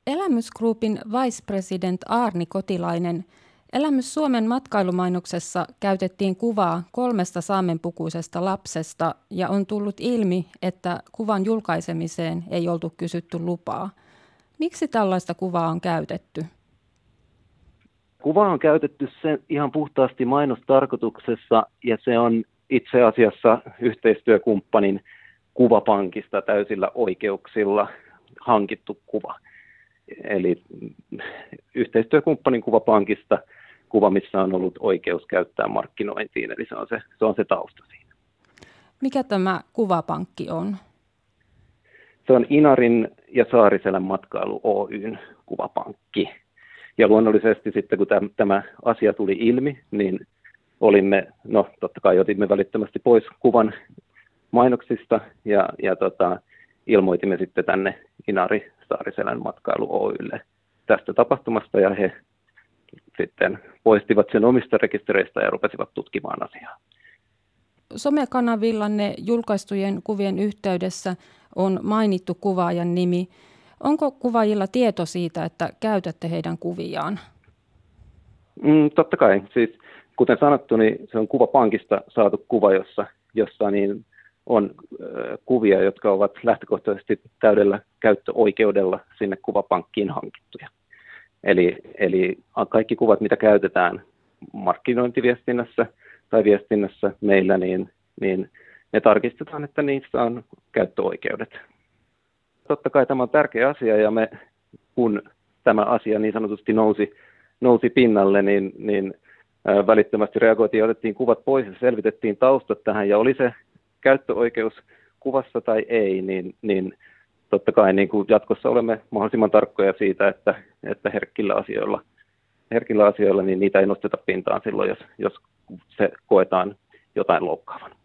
Elämys Groupin vice president Aarni Kotilainen, Elämys Suomen matkailumainoksessa käytettiin kuvaa 3 saamenpukuisesta lapsesta ja on tullut ilmi, että kuvan julkaisemiseen ei oltu kysytty lupaa. Miksi tällaista kuvaa on käytetty? Kuva on käytetty sen ihan puhtaasti mainostarkoituksessa ja se on itse asiassa yhteistyökumppanin kuvapankista täysillä oikeuksilla hankittu kuva. Eli yhteistyökumppanin kuvapankista kuva, missä on ollut oikeus käyttää markkinointiin, eli se on se tausta siinä. Mikä tämä kuvapankki on? Se on Inarin ja Saariselän matkailu Oyn kuvapankki. Ja luonnollisesti sitten, kun tämä asia tuli ilmi, niin totta kai otimme välittömästi pois kuvan mainoksista ja ilmoitimme sitten tänne Inari Saariselän matkailu Oylle tästä tapahtumasta ja he sitten poistivat sen omista rekistereistä ja rupesivat tutkimaan asiaa. Somekanavillanne julkaistujen kuvien yhteydessä on mainittu kuvaajan nimi. Onko kuvaajilla tieto siitä, että käytätte heidän kuviaan? Totta kai. Siis, kuten sanottu, niin se on kuvapankista saatu kuva, jossa niin on kuvia, jotka ovat lähtökohtaisesti täydellä käyttöoikeudella sinne kuvapankkiin hankittuja. Eli kaikki kuvat, mitä käytetään markkinointiviestinnässä tai viestinnässä meillä, niin ne tarkistetaan, että niissä on käyttöoikeudet. Totta kai tämä on tärkeä asia ja kun tämä asia niin sanotusti nousi pinnalle, niin välittömästi reagoitiin ja otettiin kuvat pois ja selvitettiin taustat tähän ja oli se käyttöoikeus kuvassa tai ei, niin totta kai niin kuin jatkossa olemme mahdollisimman tarkkoja siitä, että herkillä asioilla niin niitä ei nosteta pintaan silloin, jos se koetaan jotain loukkaavan.